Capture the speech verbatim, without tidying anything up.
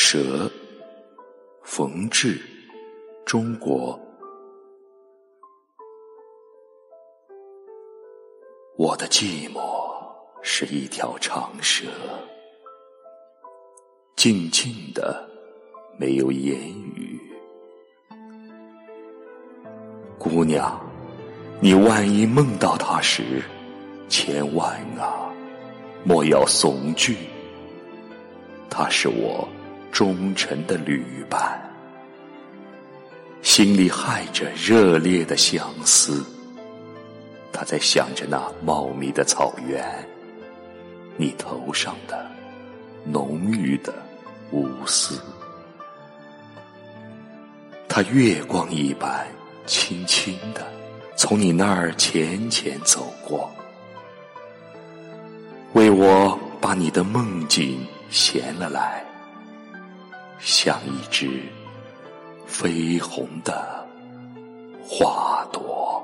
蛇，冯至，中国。我的寂寞是一条长蛇，静静的，没有言语。姑娘，你万一梦到他时，千万啊，莫要悚惧。他是我忠诚的旅伴，心里害着热烈的相思。他在想着那茂密的草原，你头上的浓郁的乌丝。他月光一般轻轻地从你那儿浅浅走过，为我把你的梦境衔了来，像一只绯红的花朵。